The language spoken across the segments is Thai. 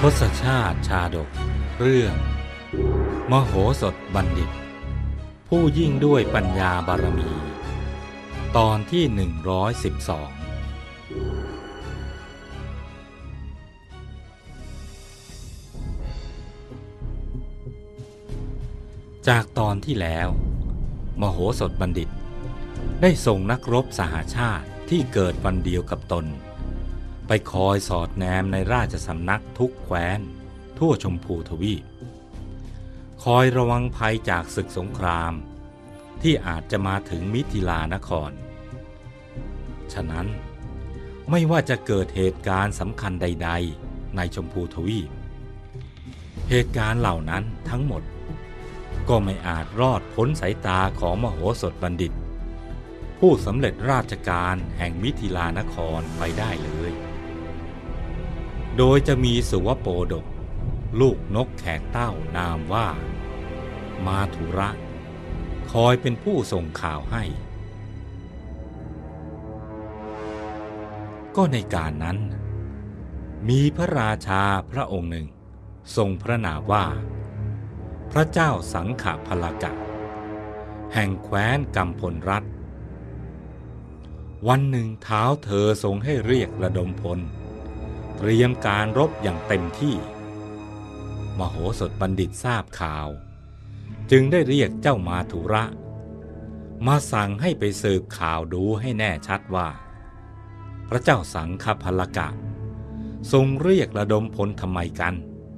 ทศชาติชาดกเรื่องมโหสถบัณฑิตผู้ยิ่งด้วยปัญญาบารมีตอนที่112จากตอนที่แล้วมโหสถบัณฑิตได้ส่งนักรบสหชาติที่เกิดวันเดียวกับตนไปคอยสอดแนมในราชสำนักทุกแคว้นทั่วชมพูทวีปคอยระวังภัยจากศึกสงครามที่อาจจะมาถึงมิถิลานครฉะนั้นไม่ว่าจะเกิดเหตุการณ์สำคัญใดๆในชมพูทวีปเหตุการณ์เหล่านั้นทั้งหมดก็ไม่อาจรอดพ้นสายตาของมโหสถบัณฑิตผู้สำเร็จราชการแห่งมิถิลานครไปได้เลยโดยจะมีสุวโปดกลูกนกแขกเต้านามว่ามาธุระคอยเป็นผู้ส่งข่าวให้ก็ในการนั้นมีพระราชาพระองค์หนึ่งทรงพระนามว่าพระเจ้าสังขพลกะแห่งแคว้นกัมพลรัฐวันหนึ่งเท้าเธอทรงให้เรียกระดมพลเตรียมการรบอย่างเต็มที่มโหสถบัณฑิตทราบข่าวจึงได้เรียกเจ้ามาธุระมาสั่งให้ไปสืบข่าวดูให้แน่ชัดว่าพระเจ้าสังฆพลกะทรงเรียกระดมพลทำไมกัน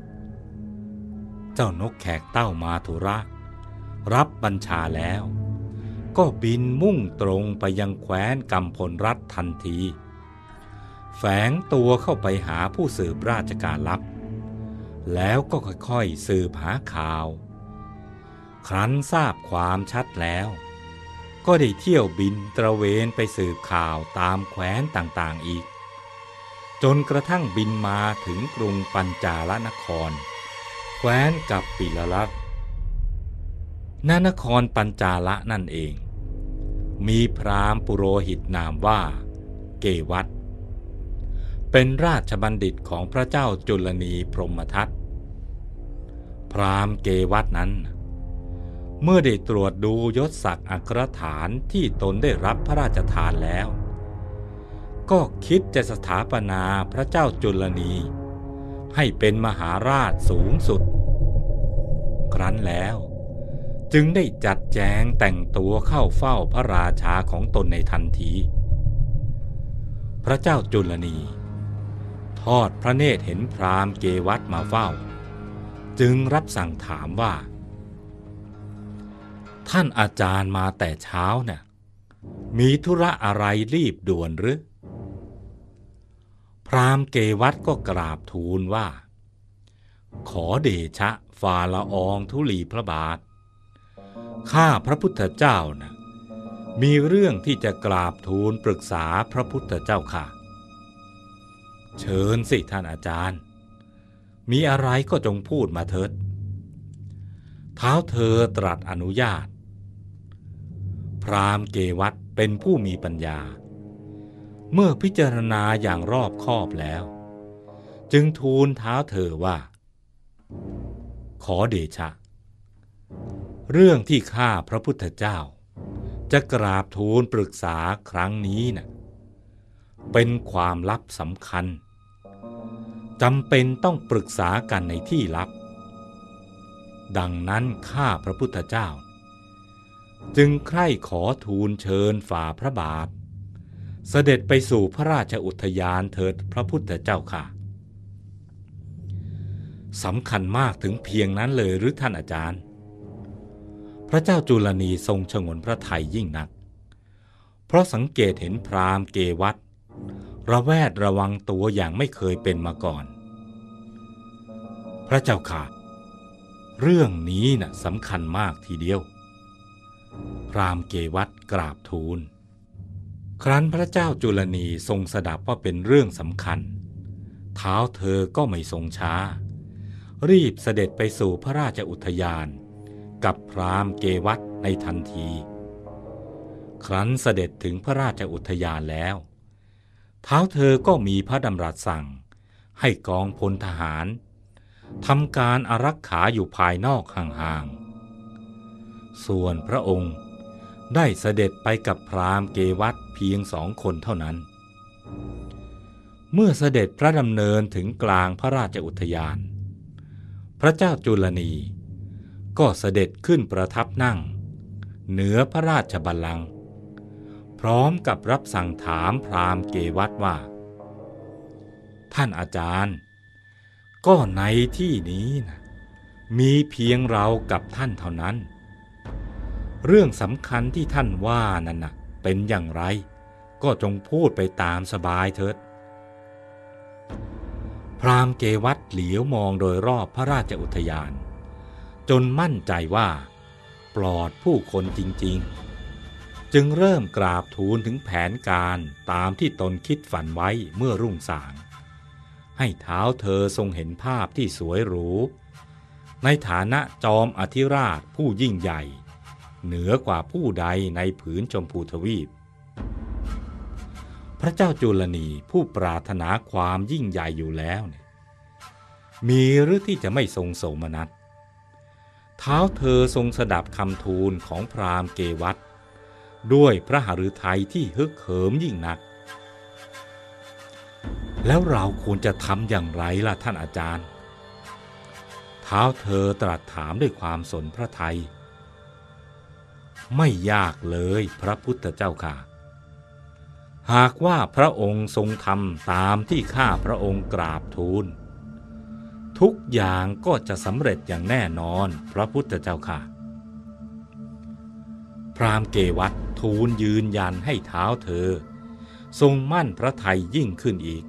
เจ้านกแขกเต้ามาธุระรับบัญชาแล้วก็บินมุ่งตรงไปยังแคว้นกัมพลรัฐทันทีแฝงตัวเข้าไปหาผู้สืบราชการลับแล้วก็ค่อยๆสืบหาข่าวครั้นทราบความชัดแล้วก็ได้เที่ยวบินตระเวนไปสืบข่าวตามแคว้นต่างๆอีกจนกระทั่งบินมาถึงกรุงปัญจาลนครแคว้นกัปปิลรัฐณนครปัญจาละนั่นเองมีพราหมณ์ปุโรหิตนามว่าเกวัฏเป็นราชบัณฑิตของพระเจ้าจุลนีพรหมทัตพราหมณ์เกวัฏนั้นเมื่อได้ตรวจดูยศศักดิ์อัครฐานที่ตนได้รับพระราชทานแล้วก็คิดจะสถาปนาพระเจ้าจุลนีให้เป็นมหาราชสูงสุดครั้นแล้วจึงได้จัดแจงแต่งตัวเข้าเฝ้าพระราชาของตนในทันทีพระเจ้าจุลนีทอดพระเนตรเห็นพราหมณ์เกวัฏมาเฝ้าจึงรับสั่งถามว่าท่านอาจารย์มาแต่เช้าเนี่ยมีธุระอะไรรีบด่วนหรือพราหมณ์เกวัฏก็กราบทูลว่าขอเดชะฝ่าละอองธุลีพระบาทข้าพระพุทธเจ้านะมีเรื่องที่จะกราบทูลปรึกษาพระพุทธเจ้าค่ะเชิญสิท่านอาจารย์มีอะไรก็จงพูดมาเถิดเท้าเธอตรัสอนุญาตพราหมณ์เกวัฏเป็นผู้มีปัญญาเมื่อพิจารณาอย่างรอบคอบแล้วจึงทูลเท้าเธอว่าขอเดชะเรื่องที่ข้าพระพุทธเจ้าจะกราบทูลปรึกษาครั้งนี้น่ะเป็นความลับสำคัญจำเป็นต้องปรึกษากันในที่ลับดังนั้นข้าพระพุทธเจ้าจึงใคร่ขอทูลเชิญฝ่าพระบาทเสด็จไปสู่พระราชอุทยานเถิดพระพุทธเจ้าค่ะสำคัญมากถึงเพียงนั้นเลยหรือท่านอาจารย์พระเจ้าจุลนีทรงฉงนพระทัยยิ่งนักเพราะสังเกตเห็นพราหมณ์เกวัฏระแวดระวังตัวอย่างไม่เคยเป็นมาก่อนพระเจ้าค่ะเรื่องนี้น่ะสำคัญมากทีเดียวพราหมณ์เกวัฏกราบทูลครั้นพระเจ้าจุลนีทรงสดับว่าเป็นเรื่องสำคัญเท้าเธอก็ไม่ทรงช้ารีบเสด็จไปสู่พระราชอุทยานกับพราหมณ์เกวัฏในทันทีครั้นเสด็จถึงพระราชอุทยานแล้ว เท้าเธอก็มีพระดำรัสสั่งให้กองพลทหารทำการอารักขาอยู่ภายนอกห่างๆส่วนพระองค์ได้เสด็จไปกับพราหมณ์เกวัฏเพียง2 คนเท่านั้นเมื่อเสด็จพระดำเนินถึงกลางพระราชอุทยานพระเจ้าจุลนีก็เสด็จขึ้นประทับนั่งเหนือพระราชบัลลังก์พร้อมกับรับสั่งถามพราหมณ์เกวัฏว่าท่านอาจารย์ก็ในที่นี้นะมีเพียงเรากับท่านเท่านั้นเรื่องสำคัญที่ท่านว่านั่นนะเป็นอย่างไรก็จงพูดไปตามสบายเถิดพราหมณ์เกวัฏเหลียวมองโดยรอบพระราชอุทยานจนมั่นใจว่าปลอดผู้คนจริงๆจึงเริ่มกราบทูลถึงแผนการตามที่ตนคิดฝันไว้เมื่อรุ่งสางให้เท้าเธอทรงเห็นภาพที่สวยหรูในฐานะจอมอธิราชผู้ยิ่งใหญ่เหนือกว่าผู้ใดในผืนชมพูทวีปพระเจ้าจุลนีผู้ปรารถนาความยิ่งใหญ่อยู่แล้วมีหรือที่จะไม่ทรงโสมนัสเท้าเธอทรงสดับคำทูลของพราหมณ์เกวัฏด้วยพระหฤทัยที่ฮึกเหิมยิ่งนักแล้วเราควรจะทำอย่างไรล่ะท่านอาจารย์เท้าเธอตรัสถามด้วยความสนพระทัยไม่ยากเลยพระพุทธเจ้าค่ะหากว่าพระองค์ทรงทำตามที่ข้าพระองค์กราบทูลทุกอย่างก็จะสำเร็จอย่างแน่นอนพระพุทธเจ้าค่ะพราหมณ์เกวัฏทูลยืนยันให้เท้าเธอทรงมั่นพระทัยยิ่งขึ้นอีก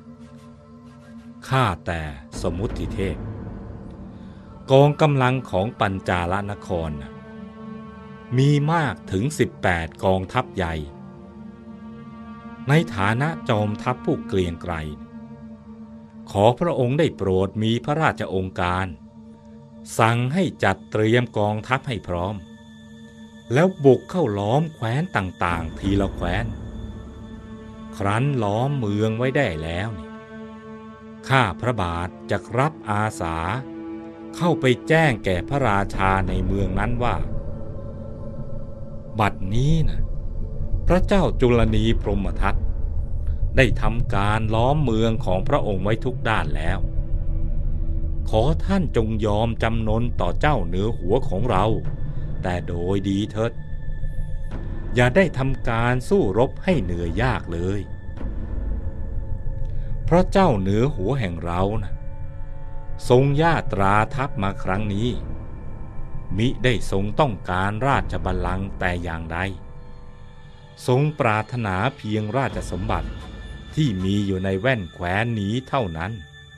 ข้าแต่สมุติเทพกองกำลังของปัญจาลนครมีมากถึง18 กองทัพใหญ่ในฐานะจอมทัพผู้เกรียงไกรขอพระองค์ได้โปรดมีพระราชโองการสั่งให้จัดเตรียมกองทัพให้พร้อมแล้วบุกเข้าล้อมแคว้นต่างๆทีละแคว้นครั้นล้อมเมืองไว้ได้แล้วข้าพระบาทจะรับอาสาเข้าไปแจ้งแก่พระราชาในเมืองนั้นว่าบัดนี้นะพระเจ้าจุลนีพรหมทัตได้ทำการล้อมเมืองของพระองค์ไว้ทุกด้านแล้วขอท่านจงยอมจำนนต่อเจ้าเหนือหัวของเราแต่โดยดีเถิดอย่าได้ทำการสู้รบให้เหนื่อยยากเลยเพราะเจ้าเหนือหัวแห่งเรานะทรงญาตราทัพมาครั้งนี้มิได้ทรงต้องการราชบัลลังก์แต่อย่างใดทรงปรารถนาเพียงราชสมบัติที่มีอยู่ในแว่นแคว้นนี้เท่านั้น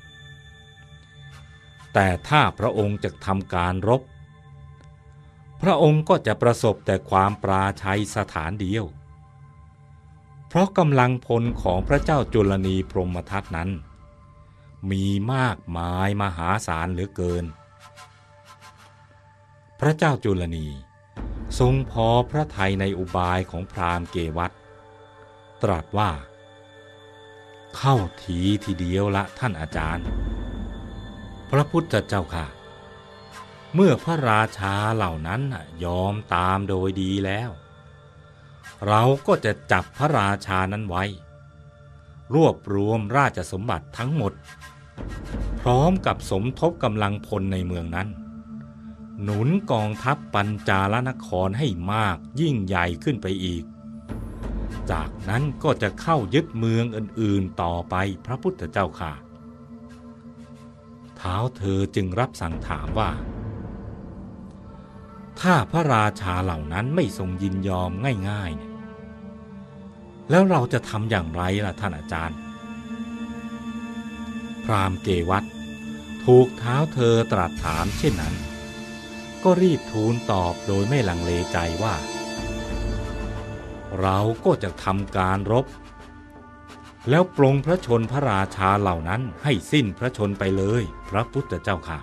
แต่ถ้าพระองค์จะทำการรบพระองค์ก็จะประสบแต่ความปราชัยสถานเดียวเพราะกำลังพลของพระเจ้าจุลนีพรหมทัตนั้นมีมากมายมหาศาลเหลือเกินพระเจ้าจุลนีทรงพอพระทัยในอุบายของพราหมณ์เกวัฏตรัสว่าเข้าทีเดียวละท่านอาจารย์พระพุทธเจ้าค่ะเมื่อพระราชาเหล่านั้นยอมตามโดยดีแล้วเราก็จะจับพระราชานั้นไว้รวบรวมราชสมบัติทั้งหมดพร้อมกับสมทบกำลังพลในเมืองนั้นหนุนกองทัพปัญจาลนครให้มากยิ่งใหญ่ขึ้นไปอีกจากนั้นก็จะเข้ายึดเมืองอื่นๆต่อไปพระพุทธเจ้าค่ะท้าวเธอจึงรับสั่งถามว่าถ้าพระราชาเหล่านั้นไม่ทรงยินยอมง่ายๆเนี่ยแล้วเราจะทำอย่างไรล่ะท่านอาจารย์พราหมณ์เกวัฏถูกท้าวเธอตรัสถามเช่นนั้นก็รีบทูลตอบโดยไม่ลังเลใจว่าเราก็จะทำการรบแล้วปลงพระชนพระราชาเหล่านั้นให้สิ้นพระชนไปเลยพระพุทธเจ้าค่ะ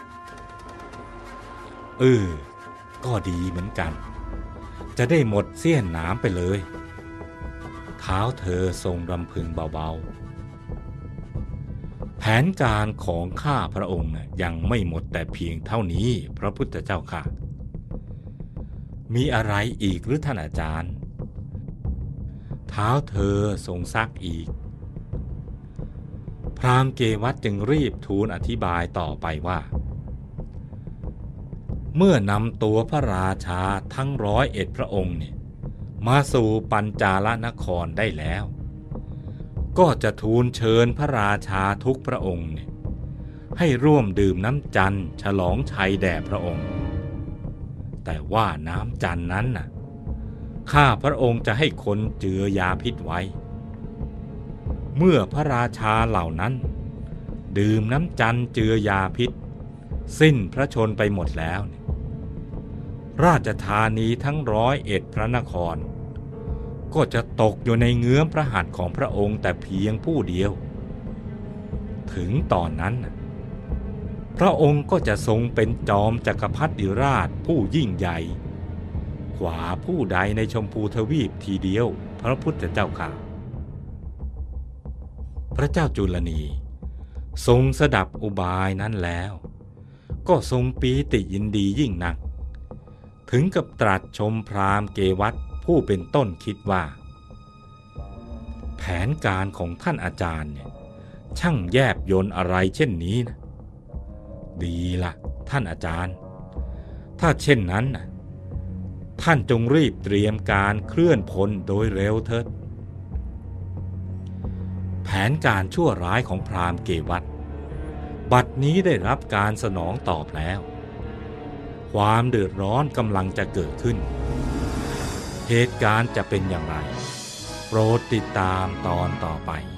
ก็ดีเหมือนกันจะได้หมดเสี้ยนน้ำไปเลยท้าวเธอทรงรำพึงเบาๆแผนการของข้าพระองค์ยังไม่หมดแต่เพียงเท่านี้พระพุทธเจ้าค่ะมีอะไรอีกหรือท่านอาจารย์เท้าเธอทรงซักอีกพราหมณ์เกวัฏจึงรีบทูลอธิบายต่อไปว่าเมื่อนำตัวพระราชาทั้ง101 พระองค์เนี่ยมาสู่ปัญจาลนครได้แล้วก็จะทูลเชิญพระราชาทุกพระองค์เนี่ยให้ร่วมดื่มน้ำจันทร์ฉลองชัยแด่พระองค์แต่ว่าน้ำจันทร์นั้นน่ะข้าพระองค์จะให้คนเจือยาพิษไว้เมื่อพระราชาเหล่านั้นดื่มน้ำจันทร์เจือยาพิษสิ้นพระชนไปหมดแล้วราชธานีทั้ง101 พระนครก็จะตกอยู่ในเงื้อมพระหัตถ์ของพระองค์แต่เพียงผู้เดียวถึงตอนนั้นพระองค์ก็จะทรงเป็นจอมจักรพรรดิราชผู้ยิ่งใหญ่กว่าผู้ใดในชมพูทวีปทีเดียวพระพุทธเจ้าค่ะพระเจ้าจุลนีทรงสดับอุบายนั้นแล้วก็ทรงปีติยินดียิ่งนักถึงกับตรัสชมพราหมณ์เกวัฏผู้เป็นต้นคิดว่าแผนการของท่านอาจารย์เนี่ยช่างแยบยลอะไรเช่นนี้นะดีละท่านอาจารย์ถ้าเช่นนั้นท่านจงรีบเตรียมการเคลื่อนพลโดยเร็วเถิดแผนการชั่วร้ายของพราหมณ์เกวัฏบัดนี้ได้รับการสนองตอบแล้วความเดือดร้อนกำลังจะเกิดขึ้นเหตุการณ์จะเป็นอย่างไรโปรดติดตามตอนต่อไป